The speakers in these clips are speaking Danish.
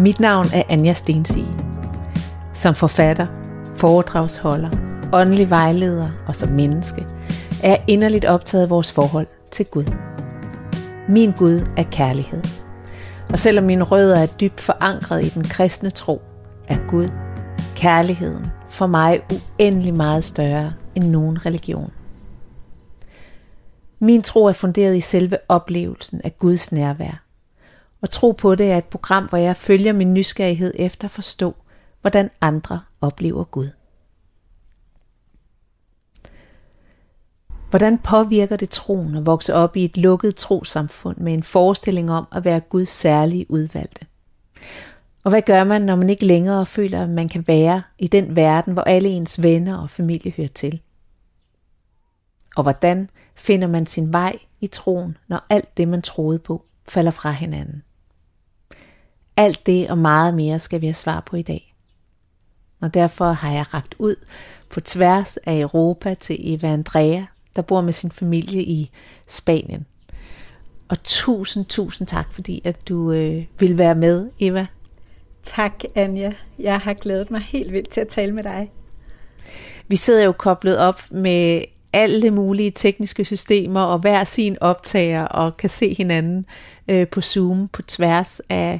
Mit navn er Anja Stensige. Som forfatter, foredragsholder, åndelig vejleder og som menneske er jeg inderligt optaget af vores forhold til Gud. Min Gud er kærlighed. Og selvom mine rødder er dybt forankret i den kristne tro, er Gud, kærligheden, for mig uendelig meget større end nogen religion. Min tro er funderet i selve oplevelsen af Guds nærvær. Og tro på det er et program, hvor jeg følger min nysgerrighed efter at forstå, hvordan andre oplever Gud. Hvordan påvirker det troen at vokse op i et lukket trossamfund med en forestilling om at være Guds særlige udvalgte? Og hvad gør man, når man ikke længere føler, at man kan være i den verden, hvor alle ens venner og familie hører til? Og hvordan finder man sin vej i troen, når alt det, man troede på, falder fra hinanden? Alt det og meget mere skal vi have svar på i dag. Og derfor har jeg rakt ud på tværs af Europa til Eva Andrea, der bor med sin familie i Spanien. Og tusind tak, fordi at du vil være med, Eva. Tak, Anja. Jeg har glædet mig helt vildt til at tale med dig. Vi sidder jo koblet op med alle mulige tekniske systemer og hver sin optager og kan se hinanden på Zoom på tværs af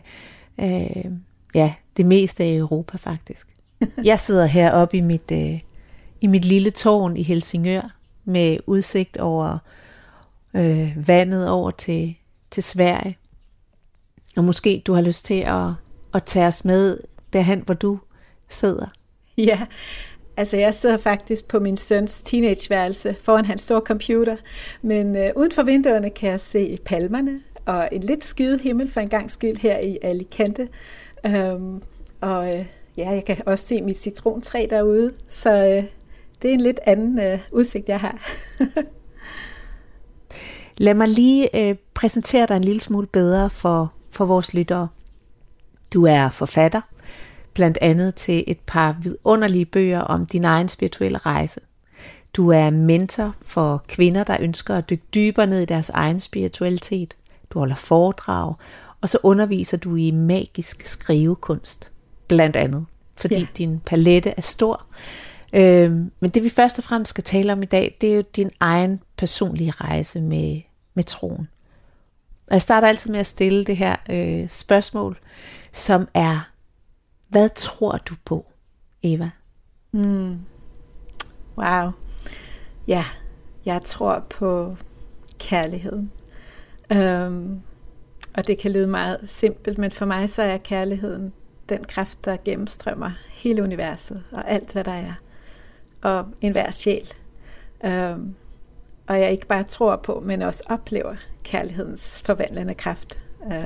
det meste af Europa faktisk. Jeg sidder heroppe i mit lille tårn i Helsingør med udsigt over vandet over til Sverige. Og måske du har lyst til at tage os med derhen, hvor du sidder. Ja, altså jeg sidder faktisk på min søns teenageværelse foran hans store computer, men uden for vinduerne kan jeg se palmerne og en lidt skyet himmel for en gangs skyld her i Alicante. Jeg kan også se mit citrontræ derude, så det er en lidt anden udsigt, jeg har. Lad mig lige præsentere dig en lille smule bedre for vores lyttere. Du er forfatter, blandt andet til et par vidunderlige bøger om din egen spirituelle rejse. Du er mentor for kvinder, der ønsker at dykke dybere ned i deres egen spiritualitet. Du holder foredrag, og så underviser du i magisk skrivekunst, blandt andet, fordi din palette er stor. Men det vi først og fremmest skal tale om i dag, det er jo din egen personlige rejse med troen. Og jeg starter altid med at stille det her spørgsmål, som er, hvad tror du på, Eva? Wow. Ja, jeg tror på kærligheden. Og det kan lyde meget simpelt, men for mig så er kærligheden den kraft, der gennemstrømmer hele universet og alt, hvad der er. Og enhver sjæl. Og jeg ikke bare tror på, men også oplever kærlighedens forvandlende kraft.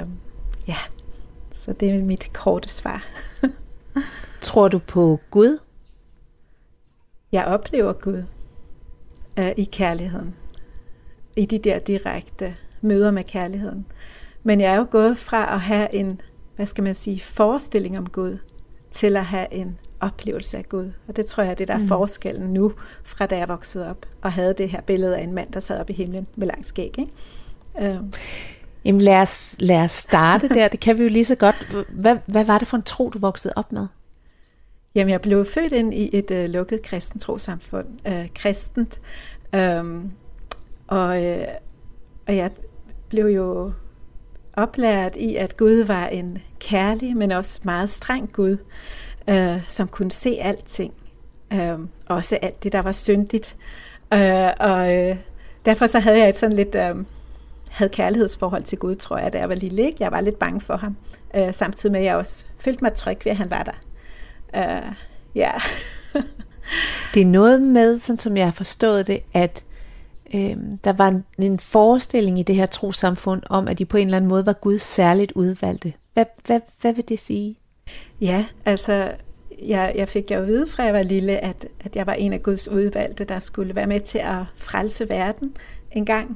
Så det er mit korte svar. Tror du på Gud? Jeg oplever Gud i kærligheden. I de der direkte møder med kærligheden. Men jeg er jo gået fra at have en, forestilling om Gud, til at have en oplevelse af Gud. Og det tror jeg, det der er forskellen nu, fra da jeg voksede op, og havde det her billede af en mand, der sad op i himlen med lang skæg. Ikke? Jamen lad os starte der. Det kan vi jo lige så godt. Hvad var det for en tro, du voksede op med? Jamen, jeg blev født ind i et lukket kristent trosamfund. Kristent. Og jeg blev jo oplært i, at Gud var en kærlig, men også meget streng Gud, som kunne se alting. Også alt det, der var syndigt. Derfor så havde jeg et sådan lidt havde kærlighedsforhold til Gud, tror jeg, da jeg var lille. Jeg var lidt bange for ham. Samtidig med, at jeg også følte mig tryg ved, at han var der. Det er noget med, sådan som jeg har forstået det, at der var en forestilling i det her trossamfund om, at de på en eller anden måde var Guds særligt udvalgte. Hvad vil det sige? Ja, altså jeg fik jo at vide fra jeg var lille, at jeg var en af Guds udvalgte, der skulle være med til at frelse verden en gang.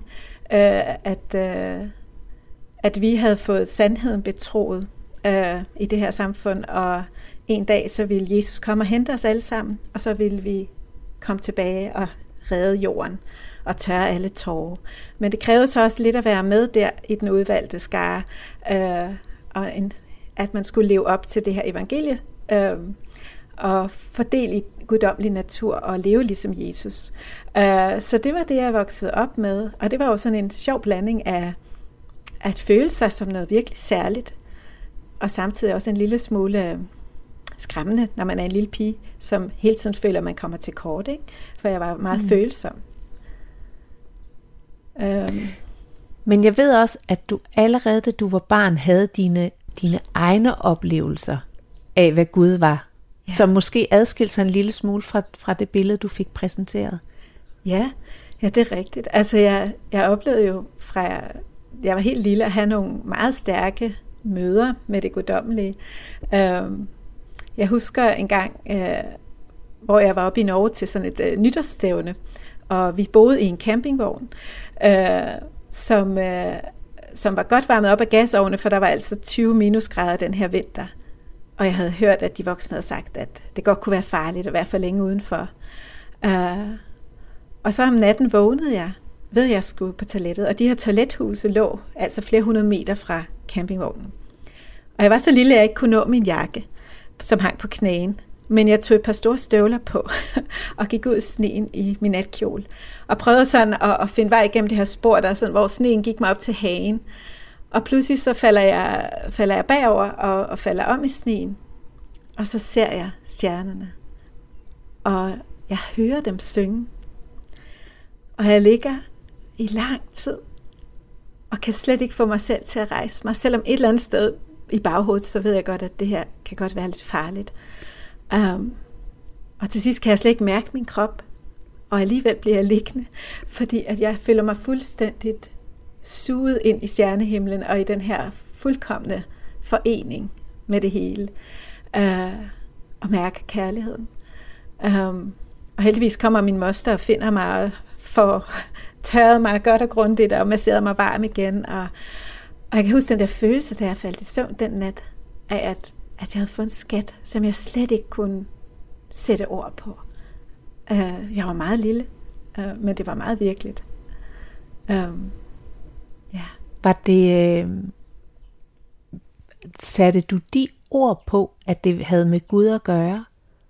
At vi havde fået sandheden betroet i det her samfund, og en dag så ville Jesus komme og hente os alle sammen, og så ville vi komme tilbage og redde jorden og tørre alle tårer. Men det krævede så også lidt at være med der i den udvalgte skare, og at man skulle leve op til det her evangelie, og fordele i guddommelig natur og leve ligesom Jesus. Så det var det, jeg voksede op med, og det var jo sådan en sjov blanding af at føle sig som noget virkelig særligt, og samtidig også en lille smule skræmmende, når man er en lille pige, som hele tiden føler, at man kommer til kort, ikke? For jeg var meget følsom. Men jeg ved også, at du allerede, da du var barn, havde dine egne oplevelser af, hvad Gud var, som måske adskilte sig en lille smule fra det billede, du fik præsenteret. Ja, det er rigtigt. Altså, jeg oplevede jo fra jeg var helt lille at have nogle meget stærke møder med det guddommelige. Jeg husker en gang, hvor jeg var oppe i Norge til sådan et nytårsstævne, og vi boede i en campingvogn, som var godt varmet op af gasovne, for der var altså 20 minusgrader den her vinter. Og jeg havde hørt, at de voksne havde sagt, at det godt kunne være farligt at være for længe udenfor. Og så om natten vågnede jeg, ved at jeg skulle på toilettet, og de her toilethuse lå altså flere 100 meter fra campingvognen. Og jeg var så lille, at jeg ikke kunne nå min jakke, som hang på knæen. Men jeg tog et par store støvler på og gik ud i sneen i min natkjole. Og prøvede sådan at finde vej igennem det her spor, der sådan, hvor sneen gik mig op til hagen. Og pludselig så falder jeg bagover og falder om i sneen. Og så ser jeg stjernerne. Og jeg hører dem synge. Og jeg ligger i lang tid og kan slet ikke få mig selv til at rejse mig. Selvom et eller andet sted i baghovedet, så ved jeg godt, at det her kan godt være lidt farligt. Og til sidst kan jeg slet ikke mærke min krop, og alligevel bliver jeg liggende, fordi at jeg føler mig fuldstændigt suget ind i stjernehimlen og i den her fuldkomne forening med det hele, og mærke kærligheden. Og heldigvis kommer min moster og finder mig og får tørret mig godt og grundigt og masseret mig varm igen, og jeg kan huske den der følelse, da jeg faldt i søvn den nat, af at jeg havde fået en skat, som jeg slet ikke kunne sætte ord på. Jeg var meget lille, men det var meget virkeligt. Var det... satte du de ord på, at det havde med Gud at gøre?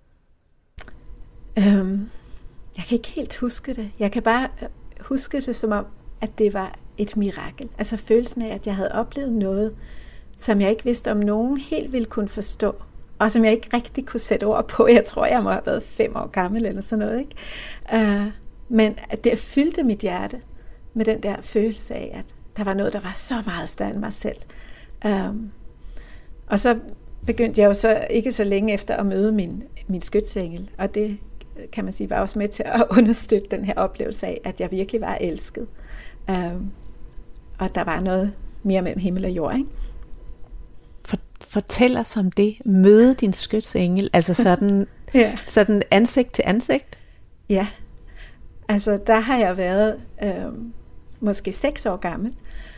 Jeg kan ikke helt huske det. Jeg kan bare huske det som om, at det var et mirakel. Altså følelsen af, at jeg havde oplevet noget, som jeg ikke vidste, om nogen helt ville kunne forstå, og som jeg ikke rigtig kunne sætte ord på. Jeg tror, jeg må have været 5 år gammel eller sådan noget, ikke? Men at det fyldte mit hjerte med den der følelse af, at der var noget, der var så meget større end mig selv. Og så begyndte jeg jo så ikke så længe efter at møde min skytsengel, og det kan man sige var også med til at understøtte den her oplevelse af, at jeg virkelig var elsket. Og der var noget mere mellem himmel og jord, ikke? Fortæl os om det. Møde din skytsengel, altså sådan, sådan ansigt til ansigt? Ja, altså der har jeg været måske 6 år gammel,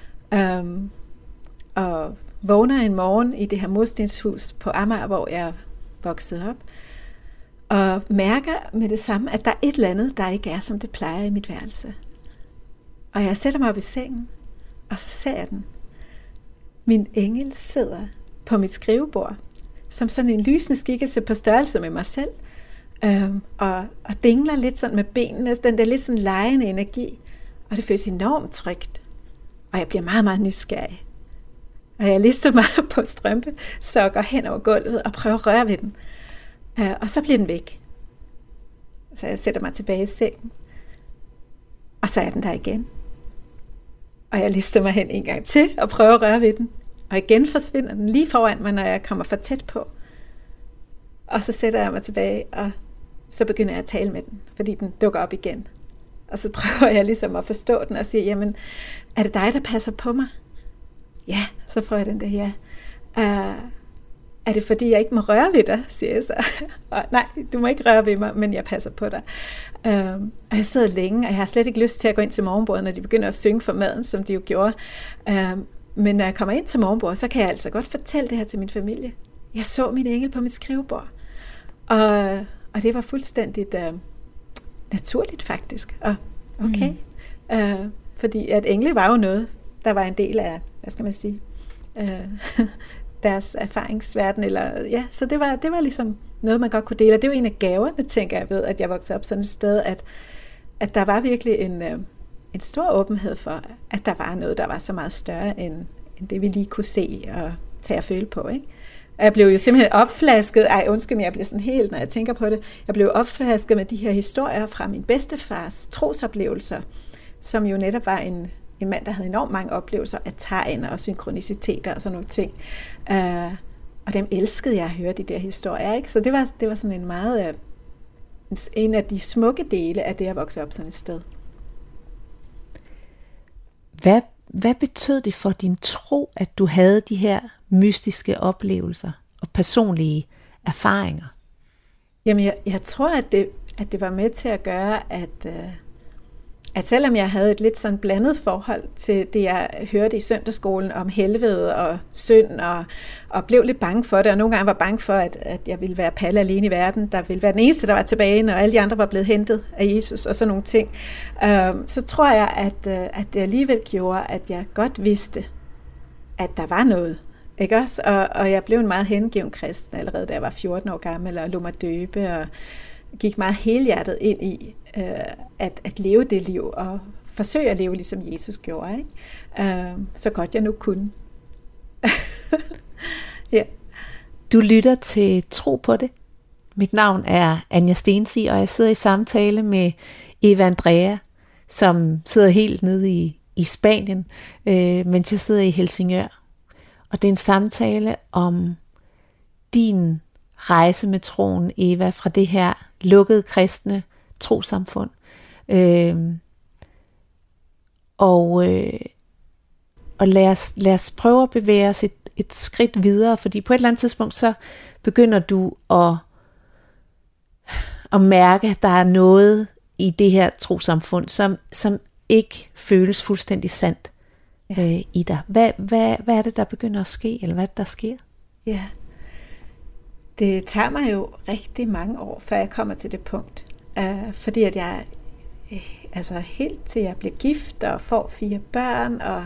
og vågner en morgen i det her murstenshus på Amager, hvor jeg voksede op, og mærker med det samme, at der er et eller andet, der ikke er, som det plejer i mit værelse. Og jeg sætter mig op i sengen, og så ser jeg den. Min engel sidder på mit skrivebord, som sådan en lysende skikkelse på størrelse med mig selv, og dingler lidt sådan med benene, den der lidt sådan legende energi, og det føles enormt trygt, og jeg bliver meget, meget nysgerrig. Og jeg lister mig på strømpesokker hen over gulvet og prøver at røre ved den, og så bliver den væk. Så jeg sætter mig tilbage i sengen, og så er den der igen. Og jeg lister mig hen en gang til og prøver at røre ved den. Og igen forsvinder den lige foran mig, når jeg kommer for tæt på. Og så sætter jeg mig tilbage, og så begynder jeg at tale med den, fordi den dukker op igen. Og så prøver jeg ligesom at forstå den og sige, jamen, er det dig, der passer på mig? Ja, så prøver jeg den der, ja. Er det fordi, jeg ikke må røre ved dig, siger jeg så. Og nej, du må ikke røre ved mig, men jeg passer på dig. Og jeg sidder længe, og jeg har slet ikke lyst til at gå ind til morgenbordet, når de begynder at synge for maden, som de jo gjorde. Men når jeg kommer ind til morgenbordet, så kan jeg altså godt fortælle det her til min familie. Jeg så min engel på mit skrivebord. Og det var fuldstændigt naturligt faktisk. Og okay. Fordi at engle var jo noget, der var en del af, hvad skal man sige, deres erfaringsverden. Så det var ligesom noget, man godt kunne dele. Og det er jo en af gaverne, tænker jeg, ved, at jeg voksede op sådan et sted, at der var virkelig en stor åbenhed for, at der var noget, der var så meget større, end det vi lige kunne se og tage og føle på, ikke? Og jeg blev jo simpelthen opflasket, undskyld mig, jeg bliver sådan helt, når jeg tænker på det, jeg blev opflasket med de her historier fra min bedstefars trosoplevelser, som jo netop var en mand, der havde enormt mange oplevelser af tegn og synkroniciteter og sådan nogle ting. Og dem elskede jeg at høre, de der historier, ikke? Så det var sådan en meget, en af de smukke dele af det at vokse op sådan et sted. Hvad betød det for din tro, at du havde de her mystiske oplevelser og personlige erfaringer? Jamen, jeg tror, at det var med til at gøre, at selvom jeg havde et lidt sådan blandet forhold til det, jeg hørte i søndagsskolen om helvede og synd, og blev lidt bange for det, og nogle gange var bange for, at jeg ville være Palle alene i verden, der ville være den eneste, der var tilbage, når alle de andre var blevet hentet af Jesus og sådan nogle ting, så tror jeg, at det alligevel gjorde, at jeg godt vidste, at der var noget. Ikke også? Og jeg blev en meget hengiven kristen allerede, da jeg var 14 år gammel, og lod mig døbe, og gik meget helhjertet ind i at leve det liv, og forsøge at leve, ligesom Jesus gjorde, ikke? Så godt jeg nu kunne. Ja. Du lytter til Tro på det. Mit navn er Anja Stensi, og jeg sidder i samtale med Eva Andrea, som sidder helt nede i Spanien, mens jeg sidder i Helsingør. Og det er en samtale om din rejse med troen, Eva, fra det her lukkede kristne trosamfund. Og lad os prøve at bevæge os et skridt videre, fordi på et eller andet tidspunkt, så begynder du at mærke, at der er noget i det her trosamfund, som ikke føles fuldstændig sandt i dig. Hvad er det, der begynder at ske, eller hvad er det, der sker? Ja, det tager mig jo rigtig mange år, før jeg kommer til det punkt. Fordi at jeg, altså helt til jeg bliver gift og får 4 børn, og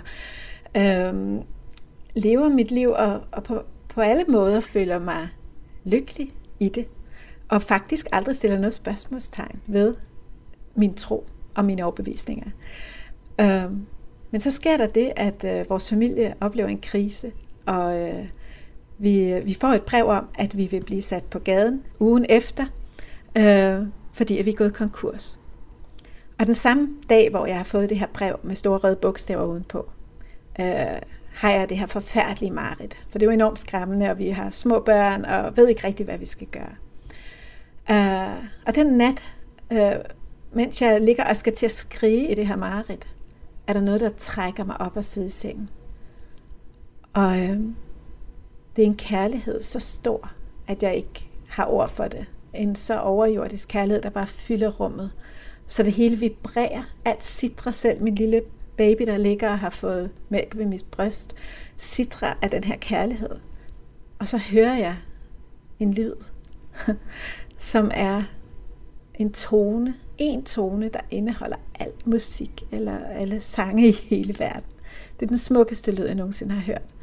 lever mit liv, og på alle måder føler mig lykkelig i det, og faktisk aldrig stiller noget spørgsmålstegn ved min tro og mine overbevisninger. Men så sker der det, at vores familie oplever en krise, og vi får et brev om, at vi vil blive sat på gaden ugen efter, fordi at vi er gået konkurs. Og den samme dag, hvor jeg har fået det her brev med store røde bogstaver udenpå, har jeg det her forfærdelige mareridt. For det er jo enormt skræmmende, og vi har små børn, og ved ikke rigtig, hvad vi skal gøre. Og den nat, mens jeg ligger og skal til at skrige i det her mareridt, er der noget, der trækker mig op og sidde i sengen. Og det er en kærlighed så stor, at jeg ikke har ord for det. En så overjordisk kærlighed, der bare fylder rummet. Så det hele vibrerer. Alt sitrer, selv min lille baby, der ligger og har fået mælk ved mit bryst, sitrer af den her kærlighed. Og så hører jeg en lyd, som er en tone, der indeholder al musik eller alle sange i hele verden. Det er den smukkeste lyd, jeg nogensinde har hørt.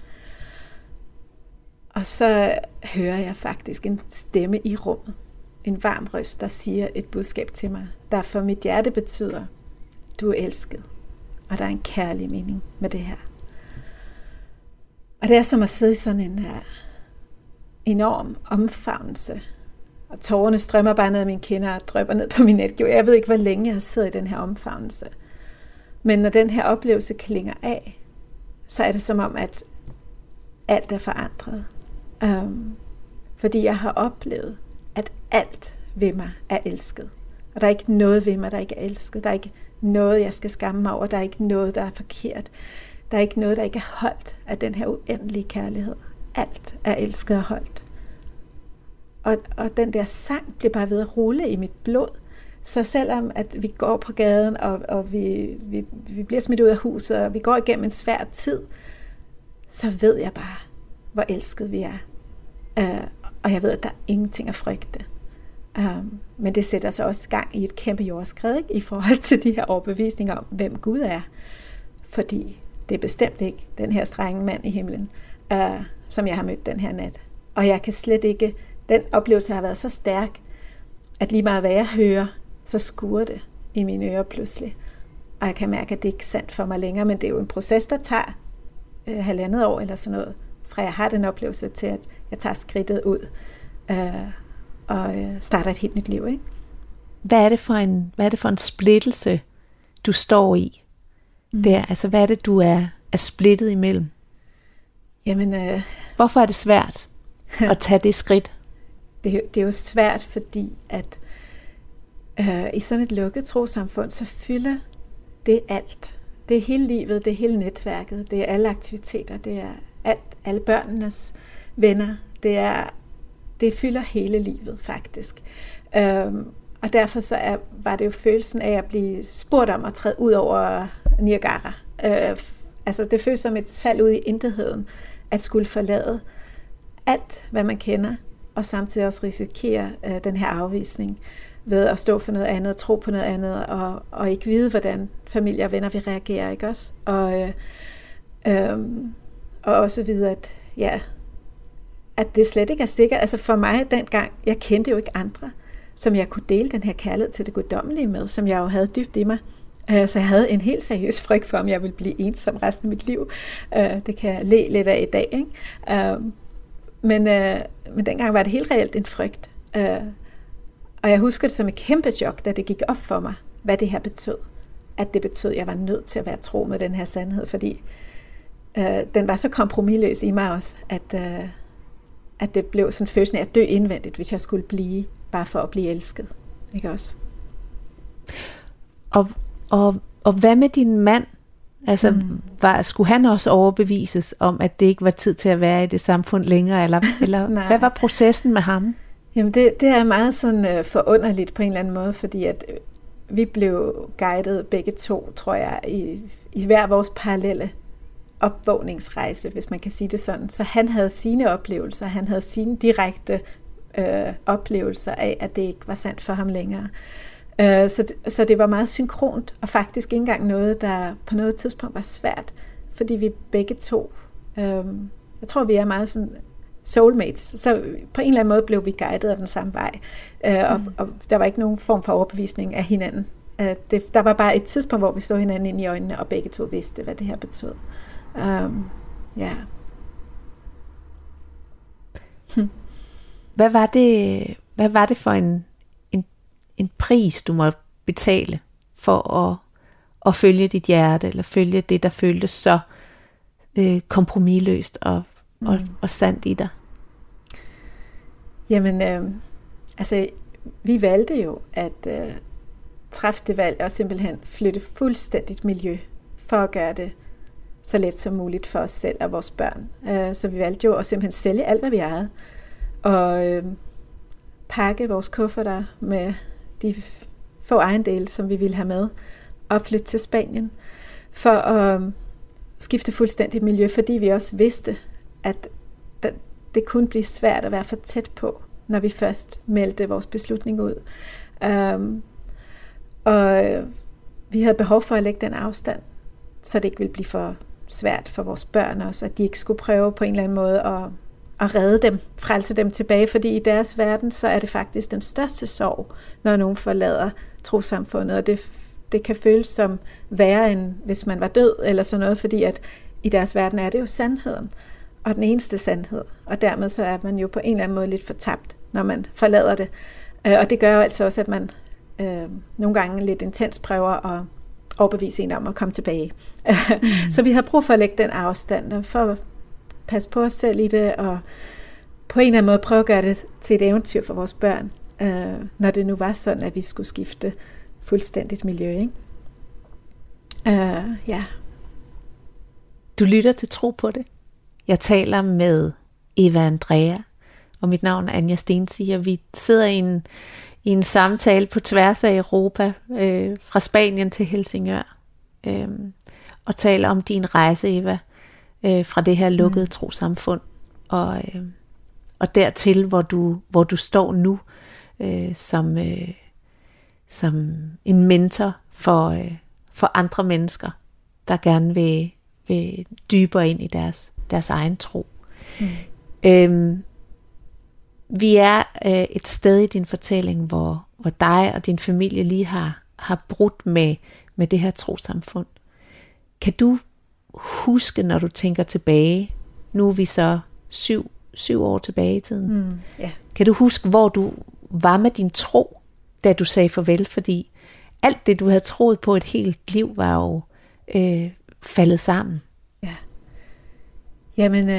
Og så hører jeg faktisk en stemme i rummet. En varm røst, der siger et budskab til mig, der for mit hjerte betyder, du er elsket. Og der er en kærlig mening med det her. Og det er som at sidde i sådan en enorm omfavnelse. Og tårerne strømmer bare ned af mine kinder og drypper ned på min natgiv. Jeg ved ikke, hvor længe jeg har siddet i den her omfavnelse. Men når den her oplevelse klinger af, så er det som om, at alt er forandret. Fordi jeg har oplevet, at alt ved mig er elsket. Og der er ikke noget ved mig, der ikke er elsket. Der er ikke noget, jeg skal skamme mig over. Der er ikke noget, der er forkert. Der er ikke noget, der ikke er holdt af den her uendelige kærlighed. Alt er elsket og holdt. Og den der sang bliver bare ved at rulle i mit blod. Så selvom at vi går på gaden, og vi bliver smidt ud af huset, og vi går igennem en svær tid, så ved jeg bare, hvor elsket vi er. Og jeg ved, at der er ingenting at frygte. Men det sætter sig også i gang i et kæmpe jordskred, ikke? I forhold til de her overbevisninger om, hvem Gud er. Fordi det er bestemt ikke den her strenge mand i himlen, som jeg har mødt den her nat. Og jeg kan slet ikke, den oplevelse har været så stærk, at lige meget hvad jeg hører, så skuer det i mine ører pludselig. Og jeg kan mærke, at det ikke er sandt for mig længere, men det er jo en proces, der tager 1,5 år eller sådan noget, fra jeg har den oplevelse til, at jeg tager skridtet ud og starter et helt nyt liv. Ikke? Hvad er det for en splittelse, du står i? Der, altså, hvad er det, du er splittet imellem? Jamen, hvorfor er det svært at tage det skridt? Det er jo svært, fordi at i sådan et lukket trossamfund, så fylder det alt. Det er hele livet, det er hele netværket, det er alle aktiviteter, det er alle børnenes venner. Det fylder hele livet, faktisk. Og derfor så var det jo følelsen af at blive spurgt om at træde ud over Niagara. Altså det føles som et fald ud i intetheden, at skulle forlade alt, hvad man kender, og samtidig også risikere den her afvisning ved at stå for noget andet, tro på noget andet, og ikke vide, hvordan familie og venner vil reagere, ikke også? Og også vide, at det slet ikke er sikkert. Altså for mig dengang, jeg kendte jo ikke andre, som jeg kunne dele den her kærlighed til det guddommelige med, som jeg jo havde dybt i mig. Så jeg havde en helt seriøs frygt for, om jeg ville blive ensom resten af mit liv. Det kan jeg le lidt af i dag, ikke? Men dengang var det helt reelt en frygt. Og jeg husker det som et kæmpe chok, da det gik op for mig, hvad det her betød. At det betød, at jeg var nødt til at være tro med den her sandhed, fordi den var så kompromisløs i mig også, at det blev sådan følelsen af at dø indvendigt, hvis jeg skulle blive, bare for at blive elsket. Ikke også? Og hvad med din mand? Altså, skulle han også overbevises om, at det ikke var tid til at være i det samfund længere? Eller hvad var processen med ham? Jamen, det er meget sådan forunderligt på en eller anden måde, fordi at vi blev guidet begge to, tror jeg, i hver vores parallelle opvågningsrejse, hvis man kan sige det sådan. Så han havde sine oplevelser, han havde sine direkte oplevelser af, at det ikke var sandt for ham længere. Så det var meget synkront, og faktisk ikke engang noget, der på noget tidspunkt var svært, fordi vi begge to, jeg tror, vi er meget sådan soulmates, så på en eller anden måde blev vi guidet af den samme vej, og der var ikke nogen form for overbevisning af hinanden. Der var bare et tidspunkt, hvor vi så hinanden ind i øjnene, og begge to vidste, hvad det her betød. Hvad var det for en pris, du måtte betale for at følge dit hjerte, eller følge det, der føltes så kompromisløst og sandt i dig? Jamen, altså, vi valgte jo at træffe det valg og simpelthen flytte fuldstændigt miljø for at gøre det så let som muligt for os selv og vores børn. Så vi valgte jo at simpelthen sælge alt, hvad vi ejede, og pakke vores kufferter med de få ejendele, som vi ville have med, og flytte til Spanien for at skifte fuldstændigt miljø, fordi vi også vidste, at det kunne blive svært at være for tæt på, når vi først meldte vores beslutning ud. Og vi havde behov for at lægge den afstand, så det ikke ville blive for svært for vores børn også, at de ikke skulle prøve på en eller anden måde at redde dem, frelse dem tilbage, fordi i deres verden, så er det faktisk den største sorg, når nogen forlader trossamfundet, og det kan føles som værre, end hvis man var død, eller sådan noget, fordi at i deres verden er det jo sandheden, og den eneste sandhed, og dermed så er man jo på en eller anden måde lidt fortabt, når man forlader det, og det gør jo altså også, at man nogle gange lidt intens prøver at overbevise en om at komme tilbage. Så vi har brug for at lægge den afstand, for at passe på os selv i det, og på en eller anden måde prøve at gøre det til et eventyr for vores børn, når det nu var sådan, at vi skulle skifte fuldstændigt miljø, ikke? Ja. Du lytter til Tro på det. Jeg taler med Eva Andrea, og mit navn er Anja Stensi, og vi sidder i en samtale på tværs af Europa, fra Spanien til Helsingør, og taler om din rejse, Eva, fra det her lukkede trossamfund, og dertil, hvor du står nu, som en mentor for andre mennesker, der gerne vil dybere ind i deres egen tro. Vi er et sted i din fortælling, hvor dig og din familie lige har brudt med det her trossamfund. Kan du huske, når du tænker tilbage, nu er vi så 7 år tilbage i tiden, yeah. Kan du huske, hvor du var med din tro, da du sagde farvel? Fordi alt det, du havde troet på et helt liv, var jo faldet sammen. Ja. Jamen,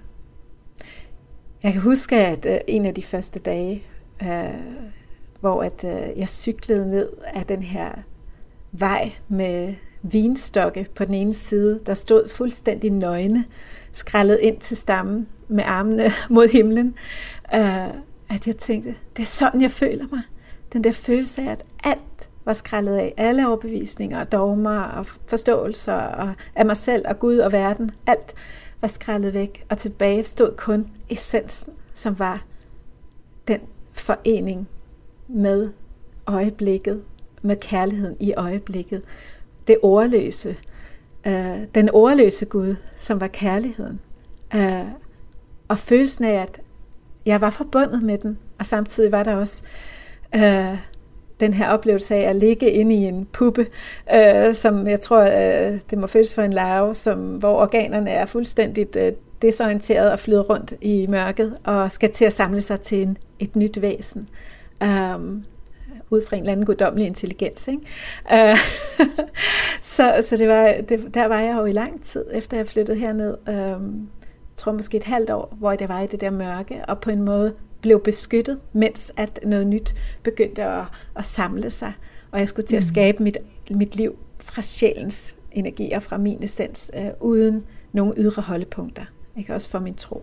jeg kan huske, at en af de første dage, hvor jeg cyklede ned af den her vej med vinstokke på den ene side, der stod fuldstændig nøgne, skrællet ind til stammen med armene mod himlen, at jeg tænkte, det er sådan, jeg føler mig. Den der følelse af, at alt var skrællet af. Alle overbevisninger og dogmer og forståelser og af mig selv og Gud og verden. Alt var skrællet væk, og tilbage stod kun essensen, som var den forening med øjeblikket, med kærligheden i øjeblikket. Det ordløse, den ordløse Gud, som var kærligheden. Og følelsen af, at jeg var forbundet med den, og samtidig var der også den her oplevelse af at ligge inde i en puppe, som jeg tror, det må føles for en larve, hvor organerne er fuldstændigt desorienteret og flyder rundt i mørket, og skal til at samle sig til et nyt væsen. Ud fra en eller anden guddommelig intelligens. Ikke? Så der var jeg jo i lang tid, efter jeg flyttede herned. Jeg tror måske et halvt år, hvor det var i det der mørke, og på en måde blev beskyttet, mens at noget nyt begyndte at samle sig. Og jeg skulle til at skabe mit liv fra sjælens energi og fra min essens, uden nogle ydre holdepunkter. Ikke? Også for min tro.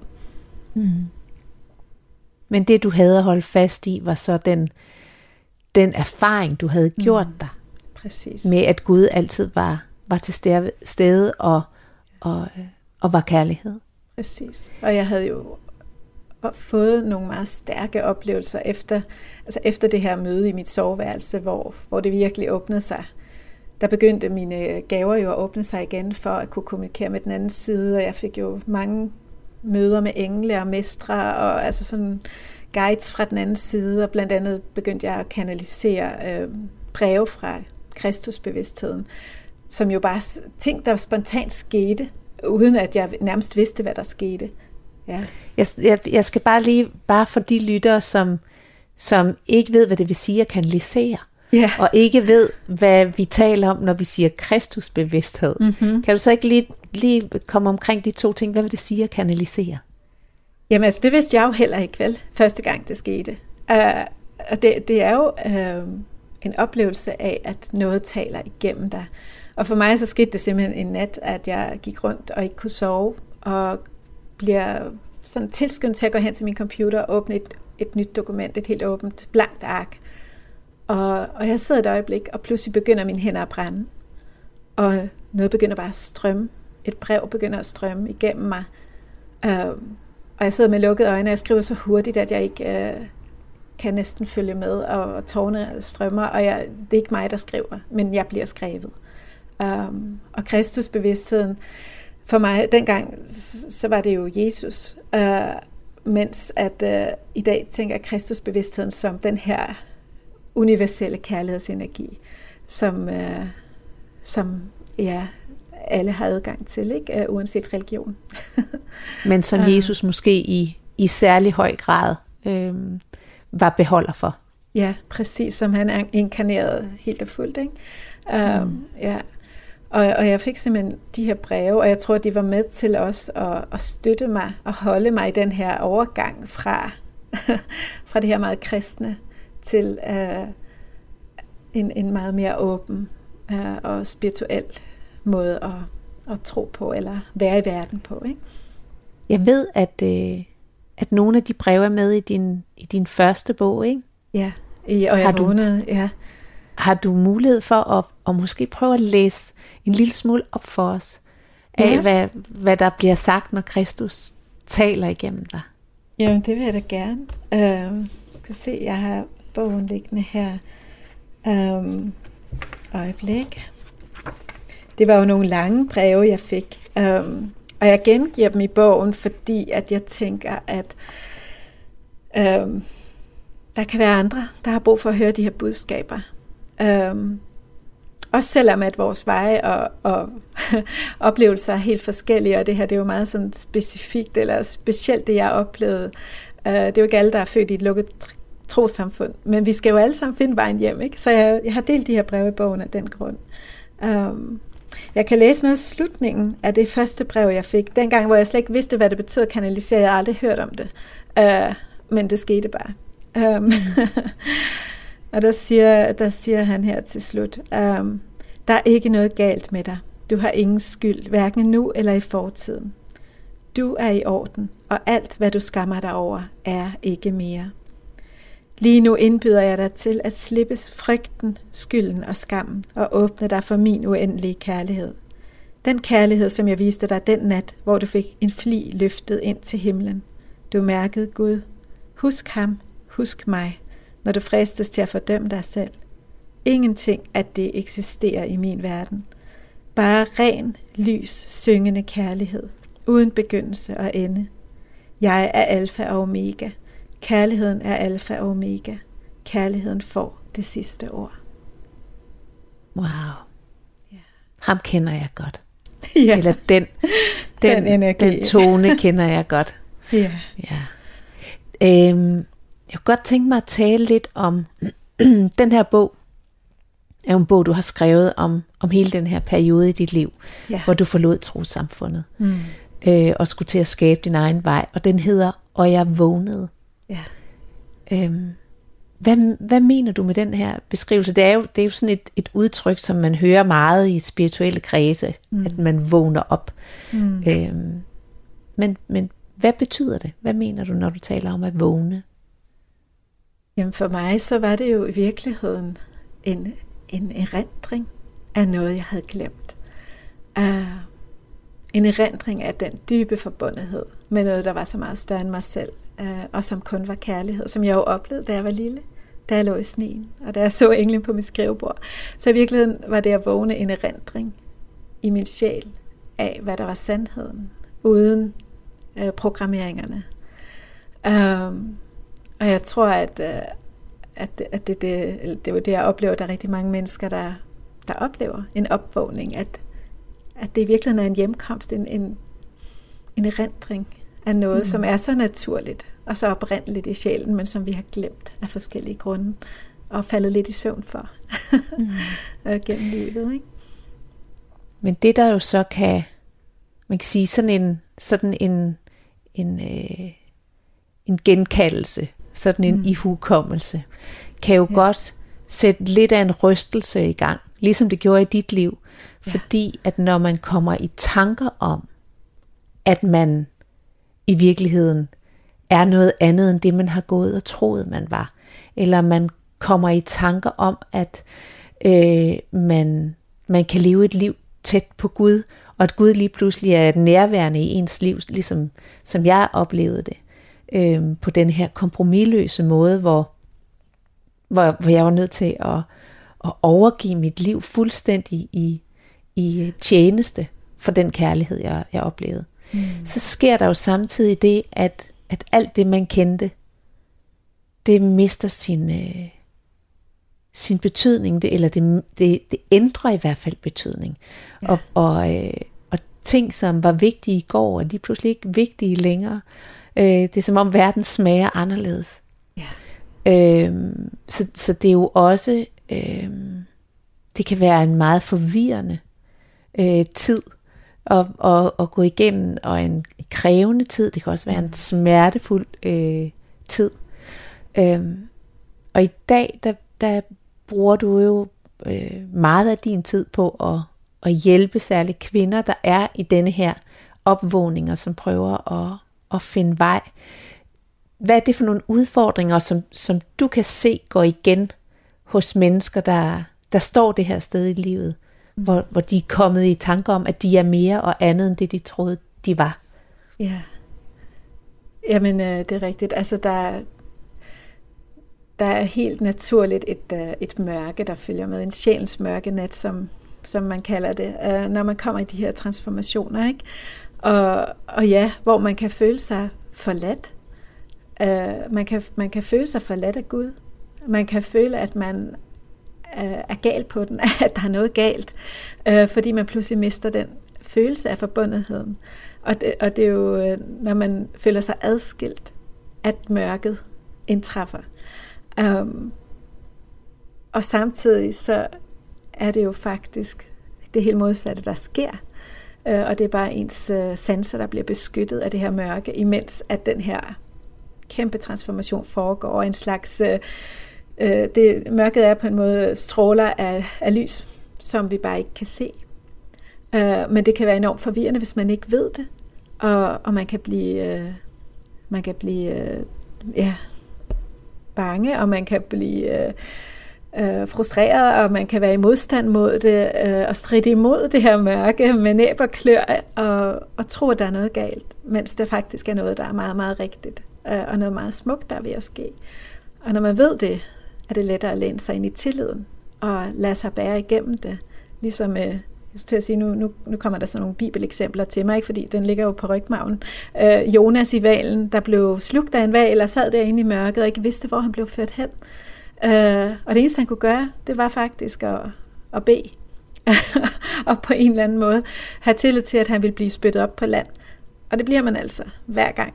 Men det, du havde at holde fast i, var så den erfaring, du havde gjort dig. Præcis. Med at Gud altid var til stede og var kærlighed. Præcis. Og jeg havde jo fået nogle meget stærke oplevelser efter det her møde i mit soveværelse, hvor det virkelig åbnede sig. Der begyndte mine gaver jo at åbne sig igen for at kunne kommunikere med den anden side, og jeg fik jo mange møder med engle og mestre, og altså sådan guides fra den anden side, og blandt andet begyndte jeg at kanalisere breve fra Kristusbevidstheden, som jo bare ting, der spontant skete, uden at jeg nærmest vidste, hvad der skete. Ja. Jeg skal bare for de lyttere, som ikke ved, hvad det vil sige at kanalisere, og ikke ved, hvad vi taler om, når vi siger Kristusbevidsthed. Mm-hmm. Kan du så ikke lige komme omkring de to ting? Hvad vil det sige at kanalisere? Jamen altså, det vidste jeg jo heller ikke, vel, første gang det skete. Og det er jo en oplevelse af, at noget taler igennem dig. Og for mig så skete det simpelthen en nat, at jeg gik rundt og ikke kunne sove, og bliver sådan tilskyndt til at gå hen til min computer og åbne et nyt dokument, et helt åbent, blankt ark. Og jeg sidder et øjeblik, og pludselig begynder mine hænder at brænde. Og noget begynder bare at strømme. Et brev begynder at strømme igennem mig. Og jeg sidder med lukkede øjne, og jeg skriver så hurtigt, at jeg ikke kan næsten følge med, og tårerne strømmer, og det er ikke mig, der skriver, men jeg bliver skrevet. Og Kristusbevidstheden, for mig dengang, så var det jo Jesus, mens at i dag tænker jeg Kristusbevidstheden som den her universelle kærlighedsenergi, som alle har adgang til, ikke? Uanset religion. Men som Jesus måske i særlig høj grad var beholder for. Ja, præcis, som han inkarnerede helt og fuldt. Ikke? Ja. Og jeg fik simpelthen de her breve, og jeg tror, de var med til os at støtte mig og holde mig i den her overgang fra det her meget kristne til en meget mere åben og spirituel måde at tro på, eller være i verden på. Ikke? Jeg ved, at nogle af de breve er med i din første bog, ikke? Ja, og jeg vågnede, ja. Har du mulighed for at måske prøve at læse en lille smule op for os af, hvad der bliver sagt, når Kristus taler igennem dig? Jamen, det vil jeg da gerne. Skal se, jeg har bogen liggende her. Øjeblik. Det var jo nogle lange breve, jeg fik. Og jeg gengiver dem i bogen, fordi at jeg tænker, at der kan være andre, der har brug for at høre de her budskaber. Også selvom at vores veje og oplevelser er helt forskellige, og det her det er jo meget sådan specifikt eller specielt det, jeg oplevede. Det er jo ikke alle, der er født i et lukket trossamfund, men vi skal jo alle sammen finde vejen hjem, ikke? Så jeg har delt de her breve i bogen af den grund. Jeg kan læse noget af slutningen af det første brev, jeg fik. Dengang, hvor jeg slet ikke vidste, hvad det betød at kanalisere. Jeg har aldrig hørt om det. Men det skete bare. Og der siger han her til slut, der er ikke noget galt med dig. Du har ingen skyld, hverken nu eller i fortiden. Du er i orden, og alt, hvad du skammer dig over, er ikke mere. Lige nu indbyder jeg dig til at slippe frygten, skylden og skammen og åbne dig for min uendelige kærlighed. Den kærlighed, som jeg viste dig den nat, hvor du fik en fli løftet ind til himlen. Du mærkede Gud. Husk ham, husk mig, når du fristes til at fordømme dig selv. Ingenting af det eksisterer i min verden. Bare ren, lys, syngende kærlighed, uden begyndelse og ende. Jeg er alfa og omega. Kærligheden er alfa og omega. Kærligheden får det sidste ord. Wow. Yeah. Ham kender jeg godt. Ja. Eller den tone kender jeg godt. Ja. Ja. Jeg kunne godt tænke mig at tale lidt om den her bog. Er jo en bog, du har skrevet om hele den her periode i dit liv, hvor du forlod trossamfundet og skulle til at skabe din egen vej. Og den hedder Og jeg vågnede. Ja. Hvad mener du med den her beskrivelse? Det er jo sådan et udtryk, som man hører meget i spirituelle kredse, at man vågner op. Men hvad betyder det? Hvad mener du, når du taler om at vågne? Jamen for mig, så var det jo i virkeligheden en erindring af noget, jeg havde glemt. En erindring af den dybe forbundethed med noget, der var så meget større end mig selv, og som kun var kærlighed, som jeg jo oplevede, da jeg var lille, da jeg lå i sneen, og da jeg så englen på mit skrivebord. Så i virkeligheden var det at vågne en erindring i min sjæl af, hvad der var sandheden, uden programmeringerne. Og jeg tror, at det var det, jeg oplever, der er rigtig mange mennesker, der oplever en opvågning, at det i virkeligheden er en hjemkomst, en erindring af noget, som er så naturligt og så oprindeligt i sjælen, men som vi har glemt af forskellige grunde og faldet lidt i søvn for gennem livet, ikke? Men det der jo så kan, man kan sige, sådan en genkaldelse, sådan en ihukommelse, kan jo godt sætte lidt af en rystelse i gang, ligesom det gjorde i dit liv, fordi at når man kommer i tanker om, at man i virkeligheden er noget andet end det, man har gået og troet, man var, eller man kommer i tanker om, at man kan leve et liv tæt på Gud, og at Gud lige pludselig er nærværende i ens liv, ligesom som jeg oplevede det, på den her kompromisløse måde, hvor jeg var nødt til at overgive mit liv fuldstændig i tjeneste for den kærlighed, jeg oplevede. Så sker der jo samtidig det, at alt det, man kendte, det mister sin betydning, det ændrer i hvert fald betydning. Ja. Og ting, som var vigtige i går, er lige pludselig ikke vigtige længere. Det er som om verden smager anderledes. Ja. Så det er jo også, det kan være en meget forvirrende tid at gå igennem, og en krævende tid. Det kan også være en smertefuld tid. Og i dag, der bruger du jo meget af din tid på at hjælpe særligt kvinder, der er i denne her opvågning, og som prøver at finde vej. Hvad er det for nogle udfordringer, som du kan se går igen hos mennesker, der står det her sted i livet, hvor de er kommet i tanker om, at de er mere og andet end det, de troede, de var? Ja. Jamen, det er rigtigt. Altså, der er helt naturligt et mørke, der følger med. En sjælens mørke nat, som man kalder det, når man kommer i de her transformationer, ikke? Og ja, hvor man kan føle sig forladt. Man kan føle sig forladt af Gud. Man kan føle, at man er galt på den, at der er noget galt, fordi man pludselig mister den følelse af forbundetheden. Og det er jo, når man føler sig adskilt, at mørket indtræffer. Og samtidig så er det jo faktisk det helt modsatte, der sker. Og det er bare ens sanser, der bliver beskyttet af det her mørke, imens at den her kæmpe transformation foregår, og en slags... mørket er på en måde stråler af lys, som vi bare ikke kan se. Men det kan være enormt forvirrende, hvis man ikke ved det. Og man kan blive bange, og man kan blive frustreret, og man kan være i modstand mod det, og stride imod det her mørke med næb og klør, og tro, at der er noget galt, mens der faktisk er noget, der er meget, meget rigtigt, og noget meget smukt, der er ved at ske. Og når man ved det, er det lettere at læne sig ind i tilliden, og lade sig bære igennem det. Ligesom, jeg skulle til at sige, nu kommer der sådan nogle bibeleksempler til mig, ikke? Fordi den ligger jo på rygmarven. Jonas i hvalen, der blev slugt af en hval, og sad derinde i mørket, og ikke vidste, hvor han blev ført hen. Og det eneste, han kunne gøre, det var faktisk at bede. Og på en eller anden måde have tillid til, at han ville blive spyttet op på land. Og det bliver man altså hver gang.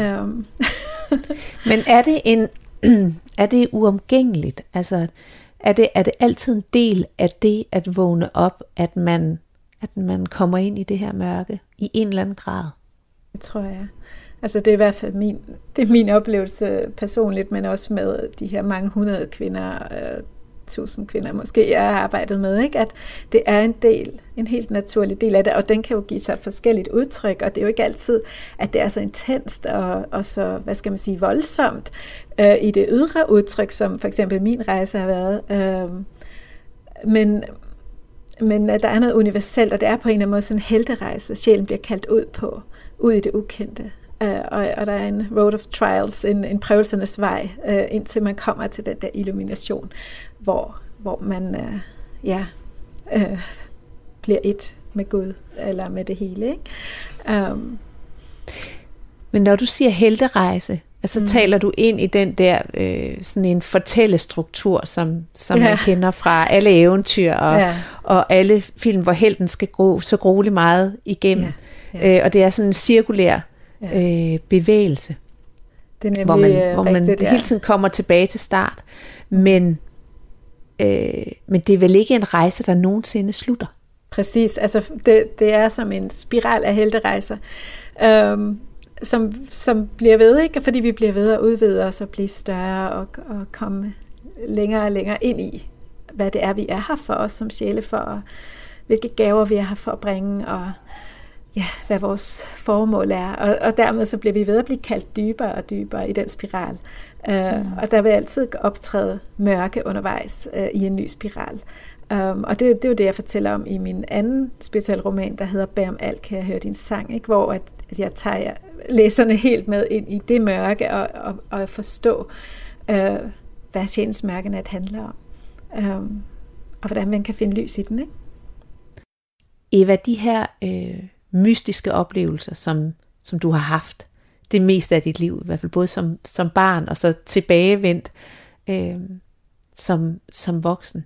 Men er det uomgængeligt? Altså, er det altid en del af det at vågne op, at man kommer ind i det her mørke i en eller anden grad? Det tror jeg. Altså det er i hvert fald min oplevelse personligt, men også med de her mange 100 kvinder, 1000 kvinder måske, jeg har arbejdet med, ikke? At det er en helt naturlig del af det, og den kan jo give sig et forskelligt udtryk, og det er jo ikke altid, at det er så intenst og så, hvad skal man sige, voldsomt i det ydre udtryk, som for eksempel min rejse har været. Men der er noget universelt, og det er på en eller anden måde sådan en helterejse, sjælen bliver kaldt ud i det ukendte. Og der er en road of trials, en prøvelsernes vej, indtil man kommer til den der illumination, hvor man bliver et med Gud, eller med det hele. Ikke? Men når du siger helterejse, altså taler du ind i den der sådan en fortællestruktur, som man kender fra alle eventyr og alle film, hvor helten skal gå så grueligt meget igennem. Og det er sådan en cirkulær bevægelse, det er hvor man hele tiden kommer tilbage til start. Men det er vel ikke en rejse, der nogensinde slutter? Præcis, altså det er som en spiral af helterejser, som bliver ved, ikke? Fordi vi bliver ved at udvide os og blive større og komme længere og længere ind i, hvad det er, vi er her for os som sjæle for, og hvilke gaver vi er her for at bringe, og hvad vores formål er. Og dermed så bliver vi ved at blive kaldt dybere og dybere i den spiral. Og der vil altid optræde mørke undervejs i en ny spiral. Og det er jo det, jeg fortæller om i min anden spirituelle roman, der hedder Bær om alt, kan jeg høre din sang, ikke? Hvor at jeg tager læserne helt med ind i det mørke og forstå, hvad sjælens mørkenat handler om. Og hvordan man kan finde lys i den, ikke? Eva, de her mystiske oplevelser, som du har haft det meste af dit liv, i hvert fald både som barn og så tilbagevendt som voksen.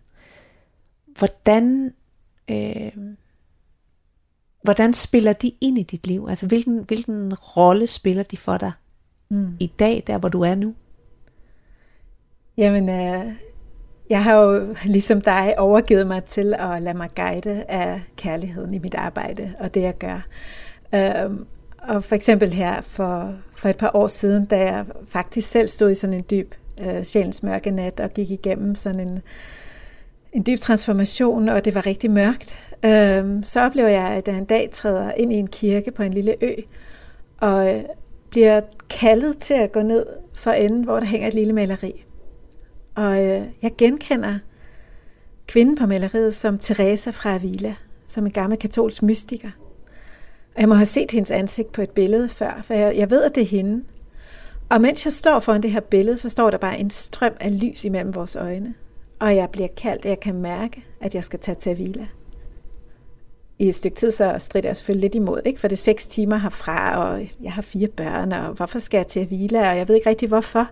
Hvordan spiller de ind i dit liv? Altså hvilken rolle spiller de for dig i dag, der hvor du er nu? Jamen, jeg har jo ligesom dig overgivet mig til at lade mig guide af kærligheden i mit arbejde, og det jeg gør. Og for eksempel her for et par år siden, da jeg faktisk selv stod i sådan en dyb sjælens mørke nat og gik igennem sådan en dyb transformation, og det var rigtig mørkt, så oplever jeg, at jeg en dag træder ind i en kirke på en lille ø, og bliver kaldet til at gå ned for enden, hvor der hænger et lille maleri. Og jeg genkender kvinden på maleriet som Teresa fra Avila, som en gammel katolsk mystiker. Og jeg må have set hendes ansigt på et billede før, for jeg ved, at det er hende. Og mens jeg står foran det her billede, så står der bare en strøm af lys imellem vores øjne. Og jeg bliver kaldt, og jeg kan mærke, at jeg skal tage til Avila. i et stykke tid, så strider jeg selvfølgelig lidt imod, ikke? For det er 6 timer herfra, og jeg har 4 børn, og hvorfor skal jeg til Avila, og jeg ved ikke rigtig hvorfor.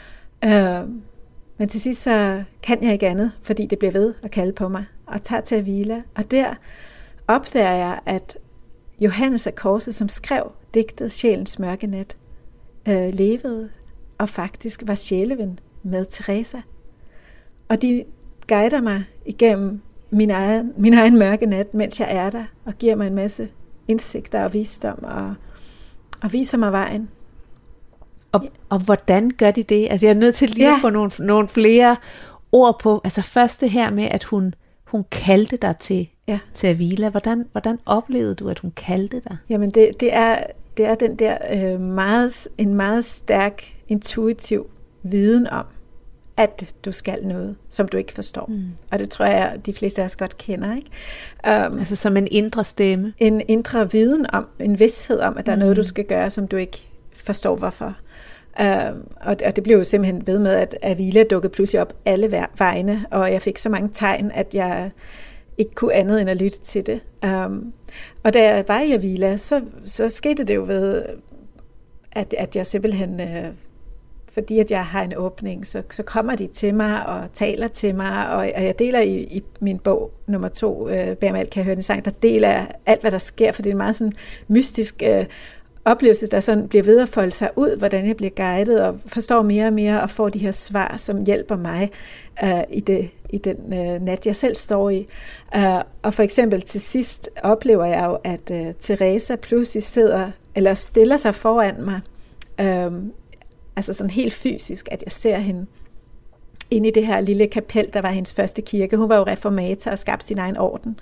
Men til sidst så kan jeg ikke andet, fordi det bliver ved at kalde på mig, og tager til Avila. Og der opdager jeg, at Johannes af Korset, som skrev digtet Sjælens mørke nat, levede og faktisk var sjæleven med Teresa. Og de guider mig igennem min egen mørke nat, mens jeg er der, og giver mig en masse indsigter og visdom, og viser mig vejen. Og hvordan gør de det? Altså jeg er nødt til lige at få nogle flere ord på. Altså først det her med, at hun kaldte dig til Avila. Hvordan oplevede du, at hun kaldte dig? Jamen det er den der en meget stærk, intuitiv viden om, at du skal noget, som du ikke forstår. Og det tror jeg, de fleste af os godt kender, ikke? Altså som en indre stemme? En indre viden om, en vidsthed om, at der er noget, du skal gøre, som du ikke forstår, hvorfor. Og det blev jo simpelthen ved med, at Avila dukkede pludselig op alle vegne, og jeg fik så mange tegn, at jeg ikke kunne andet end at lytte til det. Og da jeg var i Avila, så skete det jo ved, at jeg simpelthen, fordi at jeg har en åbning, så kommer de til mig og taler til mig, og jeg deler i min bog nummer 2, Bær med alt, kan jeg høre en sang, der deler jeg alt, hvad der sker, for det er en meget sådan mystisk oplevelse, der sådan bliver ved at folde sig ud, hvordan jeg bliver guidet, og forstår mere og mere, og får de her svar, som hjælper mig i den nat, jeg selv står i. Og for eksempel til sidst oplever jeg jo, at Teresa pludselig stiller sig foran mig, altså sådan helt fysisk, at jeg ser hende inde i det her lille kapel, der var hendes første kirke. Hun var jo reformator og skabte sin egen orden.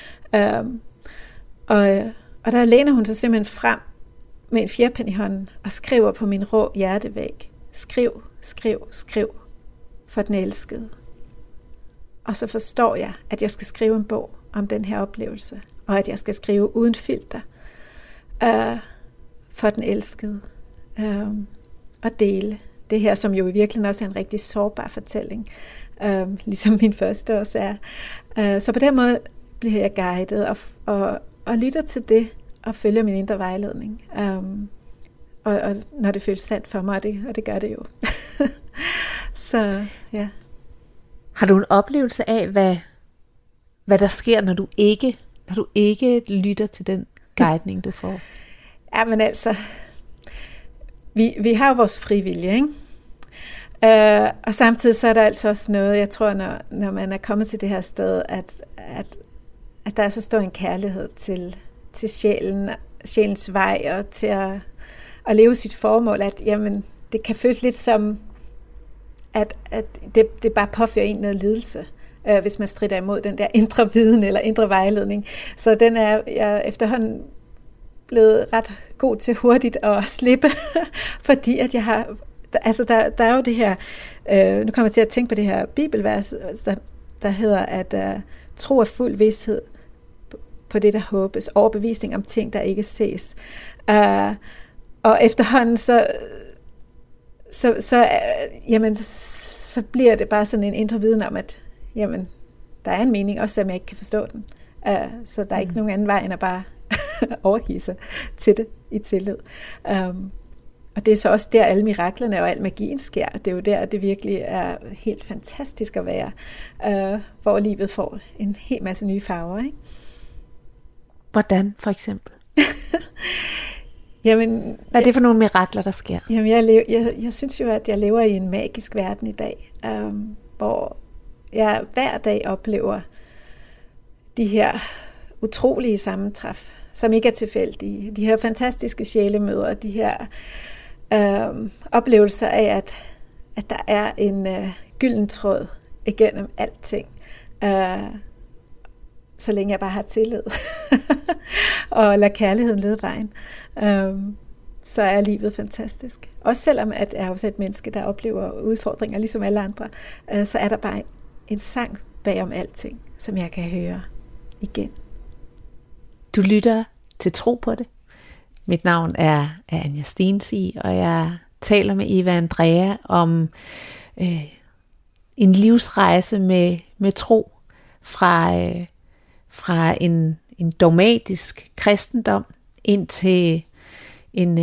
Og der læner hun sig simpelthen frem med en fjerpen i hånden og skriver på min rå hjertevæg: skriv, skriv, skriv for den elskede. Og så forstår jeg, at jeg skal skrive en bog om den her oplevelse, og at jeg skal skrive uden filter for den elskede, og dele det her, som jo i virkeligheden også er en rigtig sårbar fortælling, ligesom min første også er. Så på den måde bliver jeg guidet og lytter til det, og følger min indre vejledning. Og når det føles sandt for mig, og det gør det jo. Så ja. Har du en oplevelse af, hvad der sker, når du ikke lytter til den guidning, du får? Ja, men altså, vi har jo vores frivillige, ikke? Og samtidig så er der altså også noget, jeg tror, når man er kommet til det her sted, at der er så stor en kærlighed til sjælens vej, og til at leve sit formål, at jamen, det kan føles lidt som, at det bare påfører en noget lidelse, hvis man strider imod den der indre viden eller indre vejledning. Så den er jeg efterhånden blevet ret god til hurtigt at slippe, fordi at jeg har, altså der er jo det her, nu kommer jeg til at tænke på det her bibelvers, der hedder, at tro er fuld vidsthed på det, der håbes, overbevisning om ting, der ikke ses. Og efterhånden så bliver det bare sådan en indre viden om, at jamen, der er en mening, også selvom jeg ikke kan forstå den. Så der er ikke nogen anden vej, end at bare overgive sig til det i tillid. Og det er så også der, alle miraklerne og al magien sker. Det er jo der, det virkelig er helt fantastisk at være, hvor livet får en hel masse nye farver, ikke? Hvordan, for eksempel? Jamen, hvad er det for nogle mirakler, der sker? Jamen, jeg synes jo, at jeg lever i en magisk verden i dag, hvor jeg hver dag oplever de her utrolige sammentræf, som ikke er tilfældige. De her fantastiske sjælemøder, de her oplevelser af, at der er en gylden tråd igennem alting. Så længe jeg bare har tillid og lader kærligheden lede vejen, så er livet fantastisk. Også selvom at jeg er også et menneske, der oplever udfordringer, ligesom alle andre, så er der bare en sang bagom alting, som jeg kan høre igen. Du lytter til Tro på det. Mit navn er Anja Stensig, og jeg taler med Eva Andrea om en livsrejse med tro fra en dogmatisk kristendom ind til en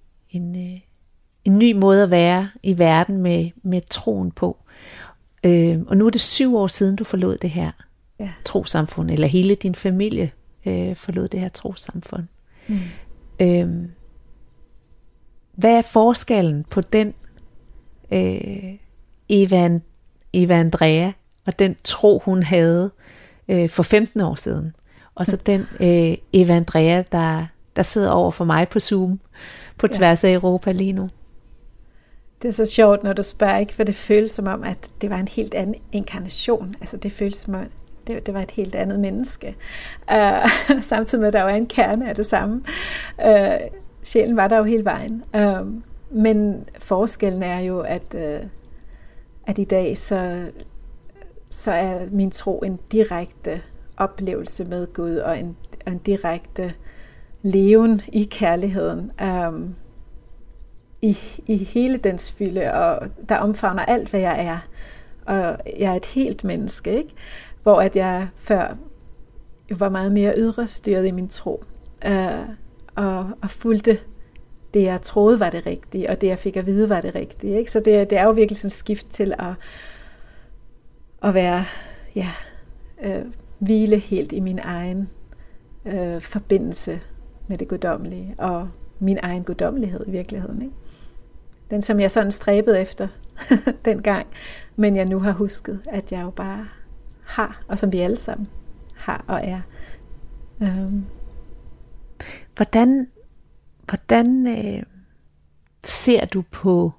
ny måde at være i verden med troen på. Og nu er det 7 år siden, du forlod det her trossamfund, eller hele din familie forlod det her trossamfund. Hvad er forskellen på den Eva Andrea og den tro, hun havde for 15 år siden, og så den Eva Andrea, der sidder over for mig på Zoom på tværs af Europa lige nu? Det er så sjovt, når du spørger, ikke? For det føles som om, at det var en helt anden inkarnation. Altså det føles som om, det var et helt andet menneske. Samtidig med, at der var en kerne af det samme. Sjælen var der jo hele vejen. Men forskellen er jo, at i dag så er min tro en direkte oplevelse med Gud, og en direkte leven i kærligheden. I hele dens fylde, og der omfavner alt, hvad jeg er. Og jeg er et helt menneske, ikke? Hvor at jeg før var meget mere ydre styret i min tro, og fulgte det, jeg troede var det rigtige, og det, jeg fik at vide, var det rigtige. Ikke? Så det er jo virkelig sådan et skift til at være, hvile helt i min egen forbindelse med det guddommelige, og min egen guddommelighed i virkeligheden. Ikke? Den, som jeg sådan stræbede efter dengang, men jeg nu har husket, at jeg jo bare har, og som vi alle sammen har og er. Hvordan ser du på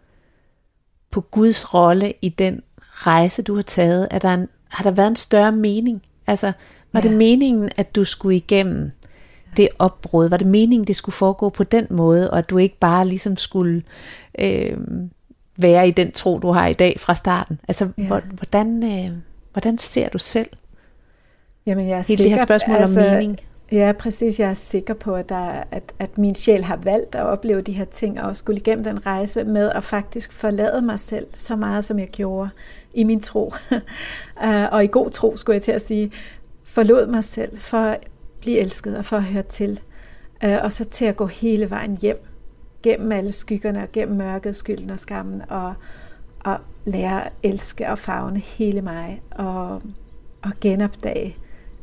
Guds rolle i den rejse, du har taget? Har der været en større mening? Altså, var det meningen, at du skulle igennem det opbrud? Var det meningen, det skulle foregå på den måde, og at du ikke bare ligesom skulle være i den tro, du har i dag fra starten? Altså, hvordan ser du selv? Jamen, jeg er hele det her spørgsmål om mening. Ja, præcis. Jeg er sikker på, at min sjæl har valgt at opleve de her ting, og skulle igennem den rejse med at faktisk forlade mig selv så meget, som jeg gjorde i min tro. Og i god tro, skulle jeg til at sige, forlod mig selv for at blive elsket og for at høre til. Og så til at gå hele vejen hjem, gennem alle skyggerne og gennem mørket, skylden og skammen, og lære at elske og favne hele mig, og genopdage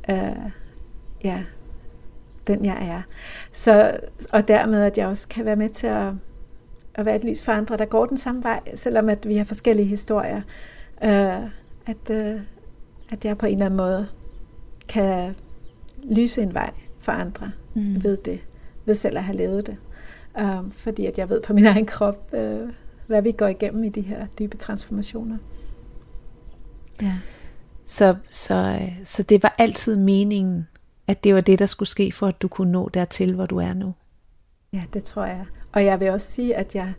den jeg er. Så, og dermed, at jeg også kan være med til at være et lys for andre, der går den samme vej, selvom at vi har forskellige historier. At jeg på en eller anden måde kan lyse en vej for andre ved selv at have levet det. Fordi at jeg ved på min egen krop, hvad vi går igennem i de her dybe transformationer. Ja. Så det var altid meningen, at det var det, der skulle ske, for at du kunne nå dertil, hvor du er nu? Ja, det tror jeg. Og jeg vil også sige, at jeg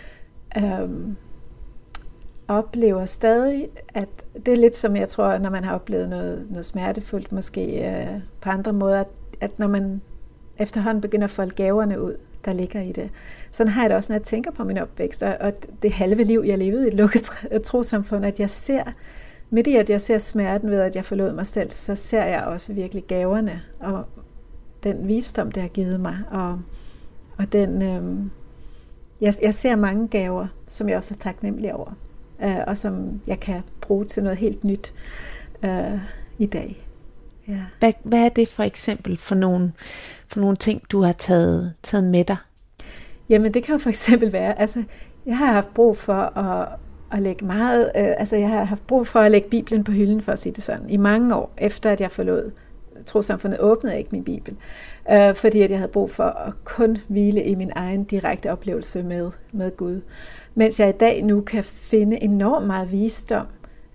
oplever stadig, at det er lidt som jeg tror, når man har oplevet noget smertefuldt, måske på andre måder, at når man efterhånden begynder at folde gaverne ud, der ligger i det. Sådan har jeg det også, når jeg tænker på min opvækst, og det halve liv, jeg levede i et lukket trossamfund, at jeg ser, midt i at jeg ser smerten ved, at jeg forlod mig selv, så ser jeg også virkelig gaverne, og den visdom, det har givet mig, og den, jeg ser mange gaver, som jeg også er taknemmelig over, og som jeg kan bruge til noget helt nyt i dag. Ja. Hvad er det for eksempel for nogle ting, du har taget med dig? Jamen det kan jo for eksempel være, altså jeg har haft brug for at lægge meget, jeg har haft brug for at lægge Bibelen på hylden, for at sige det sådan, i mange år, efter at jeg forlod trossamfundet, åbnede jeg ikke min Bibel, fordi at jeg havde brug for at kun hvile i min egen direkte oplevelse med Gud. Mens jeg i dag nu kan finde enormt meget visdom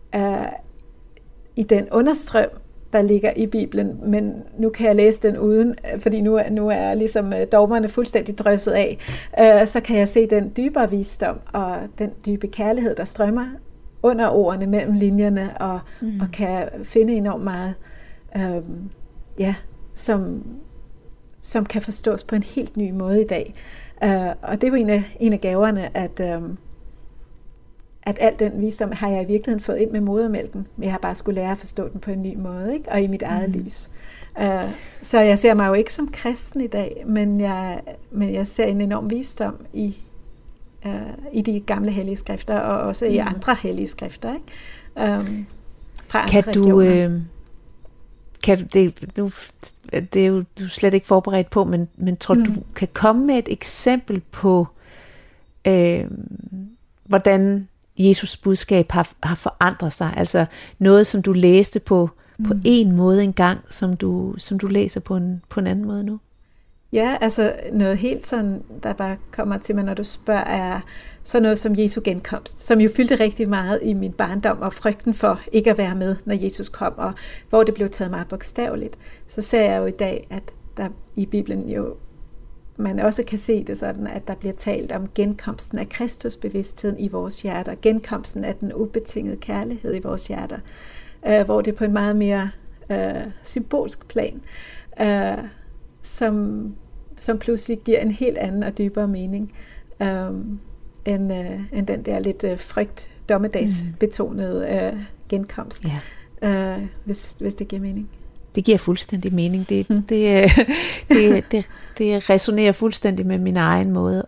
i den understrøm, der ligger i Bibelen, men nu kan jeg læse den uden, fordi nu er ligesom dogmerne fuldstændig drysset af, så kan jeg se den dybere visdom og den dybe kærlighed, der strømmer under ordene mellem linjerne, og kan finde enormt meget, som kan forstås på en helt ny måde i dag. Og det er jo en af gaverne, at al den visdom har jeg i virkeligheden fået ind med modermælken, men jeg har bare skulle lære at forstå den på en ny måde, ikke? Og i mit eget lys. Så jeg ser mig jo ikke som kristen i dag, men jeg ser en enorm visdom i de gamle hellige skrifter, og også i andre hellige skrifter, ikke? Fra andre regioner. Det er jo du er slet ikke forberedt på, men tror du kan komme med et eksempel på, hvordan Jesus budskab har forandret sig? Altså noget, som du læste på en måde engang, som du læser på en anden måde nu? Ja, altså noget helt sådan, der bare kommer til mig, når du spørger, er sådan noget som Jesu genkomst, som jo fyldte rigtig meget i min barndom, og frygten for ikke at være med, når Jesus kom, og hvor det blev taget meget bogstaveligt. Så ser jeg jo i dag, at der i Bibelen jo, man også kan se det sådan, at der bliver talt om genkomsten af Kristusbevidstheden i vores hjerter, genkomsten af den ubetingede kærlighed i vores hjerter, hvor det på en meget mere symbolsk plan, som pludselig giver en helt anden og dybere mening, end den der lidt dommedagsbetonede genkomst, hvis det giver mening. Det giver fuldstændig mening. Det resonerer fuldstændig med min egen måde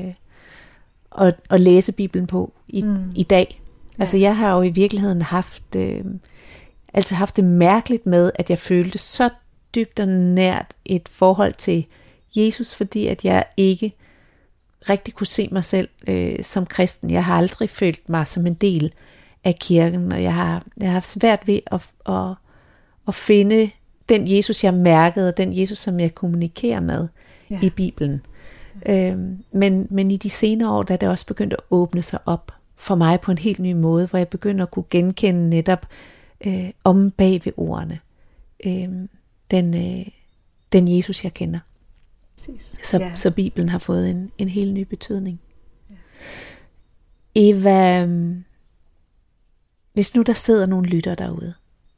at læse Bibelen på i dag. Ja. Altså jeg har jo i virkeligheden altid haft det mærkeligt med, at jeg følte så dybt og nært et forhold til Jesus, fordi at jeg ikke rigtig kunne se mig selv som kristen. Jeg har aldrig følt mig som en del af kirken, og jeg har haft svært ved at finde den Jesus, jeg mærkede, og den Jesus, som jeg kommunikerer med i Bibelen. Men i de senere år, der er det også begyndt at åbne sig op for mig på en helt ny måde, hvor jeg begynder at kunne genkende netop om bag ved ordene. Den Jesus, jeg kender. Så Bibelen har fået en helt ny betydning. Ja. Eva, hvis nu der sidder nogle lytter derude,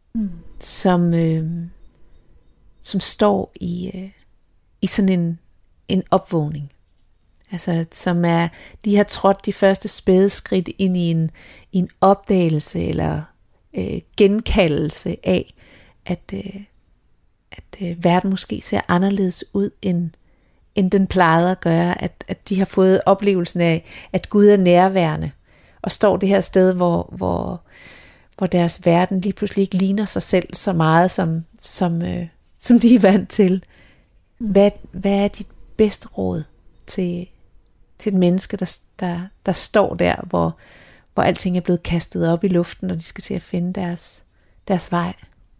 som står i sådan en opvågning, altså de har trådt de første spæde skridt ind i en opdagelse eller genkaldelse af, at verden måske ser anderledes ud, end den plejede at gøre, at de har fået oplevelsen af, at Gud er nærværende, og står det her sted, hvor deres verden lige pludselig ikke ligner sig selv så meget, som de er vant til. Hvad er dit bedste råd til et menneske, der står der, hvor alting er blevet kastet op i luften, og de skal til at finde deres vej?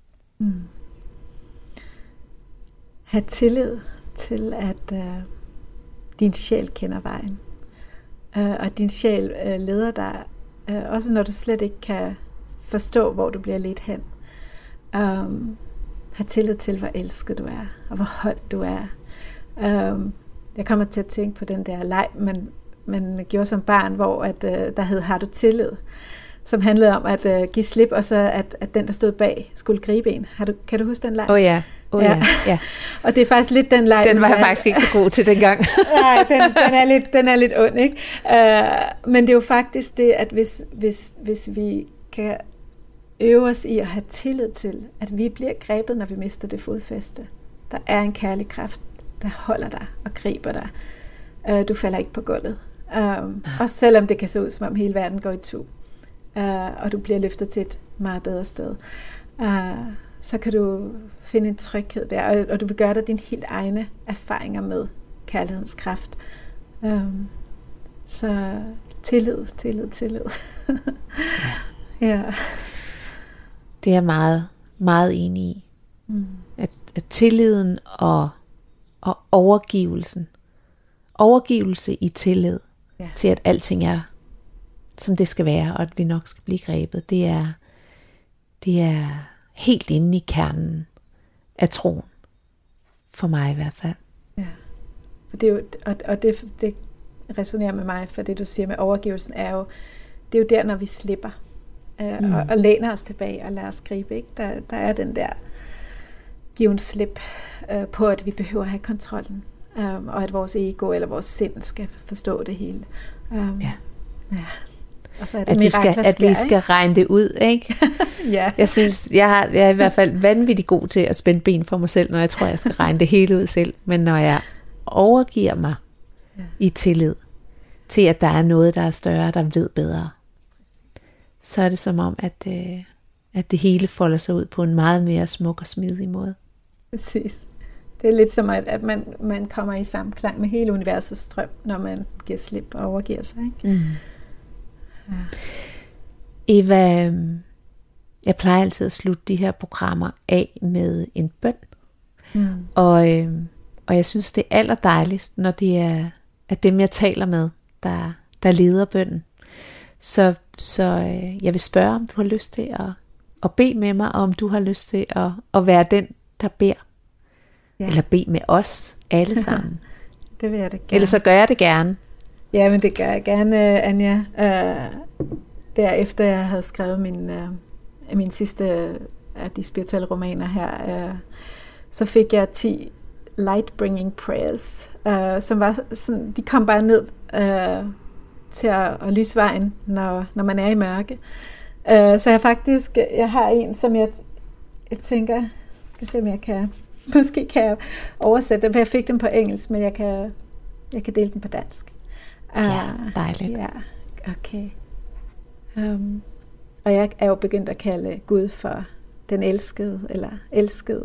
Ha' tillid til, at din sjæl kender vejen. Og din sjæl leder dig, også når du slet ikke kan forstå, hvor du bliver ledt hen. Ha' tillid til, hvor elsket du er, og hvor holdt du er. Jeg kommer til at tænke på den der leg, man gjorde som barn, hvor der hed Har du tillid? Som handlede om at give slip, og så at den, der stod bag, skulle gribe en. Kan du huske den leg? Ja. Og det er faktisk lidt den leg. Den var jeg faktisk ikke så god til dengang. Nej, den er lidt ond, ikke? Men det er jo faktisk det, at hvis vi kan øve os i at have tillid til, at vi bliver grebet, når vi mister det fodfæste. Der er en kærlig kraft, der holder dig og griber dig. Du falder ikke på gulvet. Også selvom det kan se ud, som om hele verden går i tu. Og du bliver løftet til et meget bedre sted. Så kan du finde en tryghed der, og du vil gøre dig dine helt egne erfaringer med kærlighedens kraft. Så tillid. Ja. Det er jeg meget, meget enig i. At tilliden og overgivelse i tillid til, at alting er, som det skal være, og at vi nok skal blive grebet, det er helt inde i kernen af troen. For mig i hvert fald. Ja. Det er jo, og det resonerer med mig, for det du siger med overgivelsen er jo, det er jo der, når vi slipper og læner os tilbage og lader os gribe. Ikke? Der er den der given slip på, at vi behøver at have kontrollen, og at vores ego eller vores sind skal forstå det hele. Og så er det at vi skal regne det ud, ikke? Ja. Jeg synes, jeg er i hvert fald vanvittigt god til at spænde ben for mig selv, når jeg tror, jeg skal regne det hele ud selv. Men når jeg overgiver mig i tillid til, at der er noget, der er større, der ved bedre, så er det som om, at det hele folder sig ud på en meget mere smuk og smidig måde. Præcis. Det er lidt som, at man kommer i samklang med hele universets strøm, når man giver slip og overgiver sig. Ikke? Mm. Ja. Eva, jeg plejer altid at slutte de her programmer af med en bøn. Mm. Og jeg synes, det er allerdejligst, når det er dem, jeg taler med, der leder bønnen. Så jeg vil spørge, om du har lyst til at bede med mig, og om du har lyst til at være den, der beder. Ja. Eller bede med os alle sammen. Det vil jeg da gerne. Ellers så gør jeg det gerne. Ja, men det gør jeg gerne, Anja. Derefter jeg havde skrevet min sidste af de spirituelle romaner her, så fik jeg 10 light-bringing prayers, som var sådan, de kom bare ned til at lyse vejen, når man er i mørke. Så jeg har en, som jeg tænker, jeg kan se, om jeg måske kan jeg oversætte dem, for jeg fik dem på engelsk, men jeg kan dele dem på dansk. Ja, dejligt. Ja, okay. Og jeg er jo begyndt at kalde Gud for den elskede, eller elskede.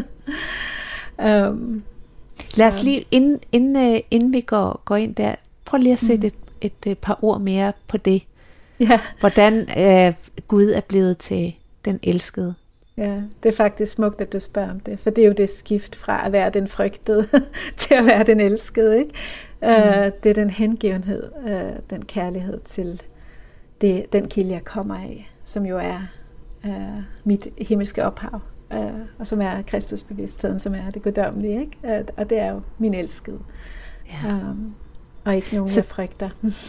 Lad os lige, inden vi går ind der, prøv lige at sætte et par ord mere på det. Ja. Hvordan Gud er blevet til den elskede. Ja, det er faktisk smukt, at du spørger om det, for det er jo det skift fra at være den frygtede til at være den elskede, ikke? Det er den hengivenhed, den kærlighed til den kilde, jeg kommer af, som jo er mit himmelske ophav, og som er Kristusbevidstheden, som er det guddommelige, ikke? Og det er jo min elskede. Ja. Og ikke nogen, jeg frygter.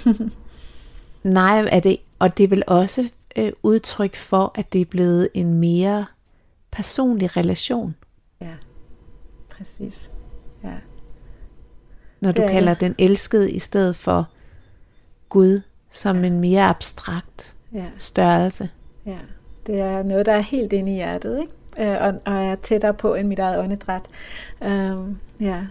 Nej, og det er vel også udtryk for, at det er blevet en mere personlig relation. Ja, præcis. Ja. Når du kalder den elskede i stedet for Gud som en mere abstrakt størrelse. Ja, det er noget, der er helt inde i hjertet, ikke? Og er tættere på end mit eget åndedræt. Ja.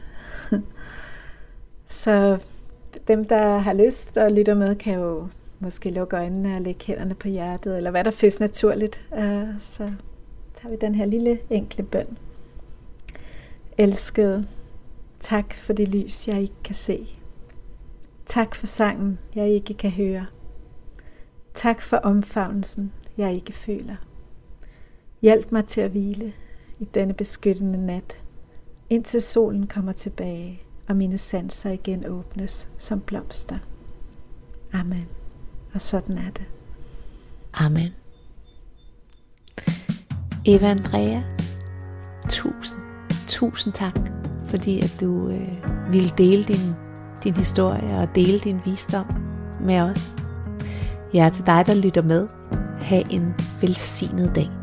Så dem, der har lyst og lytter med, kan jo måske lukke øjnene og lægge hænderne på hjertet, eller hvad der føles naturligt. Så tager vi den her lille enkle bøn. Elskede, tak for det lys, jeg ikke kan se. Tak for sangen, jeg ikke kan høre. Tak for omfavnelsen, jeg ikke føler. Hjælp mig til at hvile i denne beskyttende nat, indtil solen kommer tilbage, og mine sanser igen åbnes som blomster. Amen. Og sådan er det. Amen. Eva Andrea, tusind tak, fordi at du ville dele din historie og dele din visdom med os. Ja, til dig, der lytter med, ha' en velsignet dag.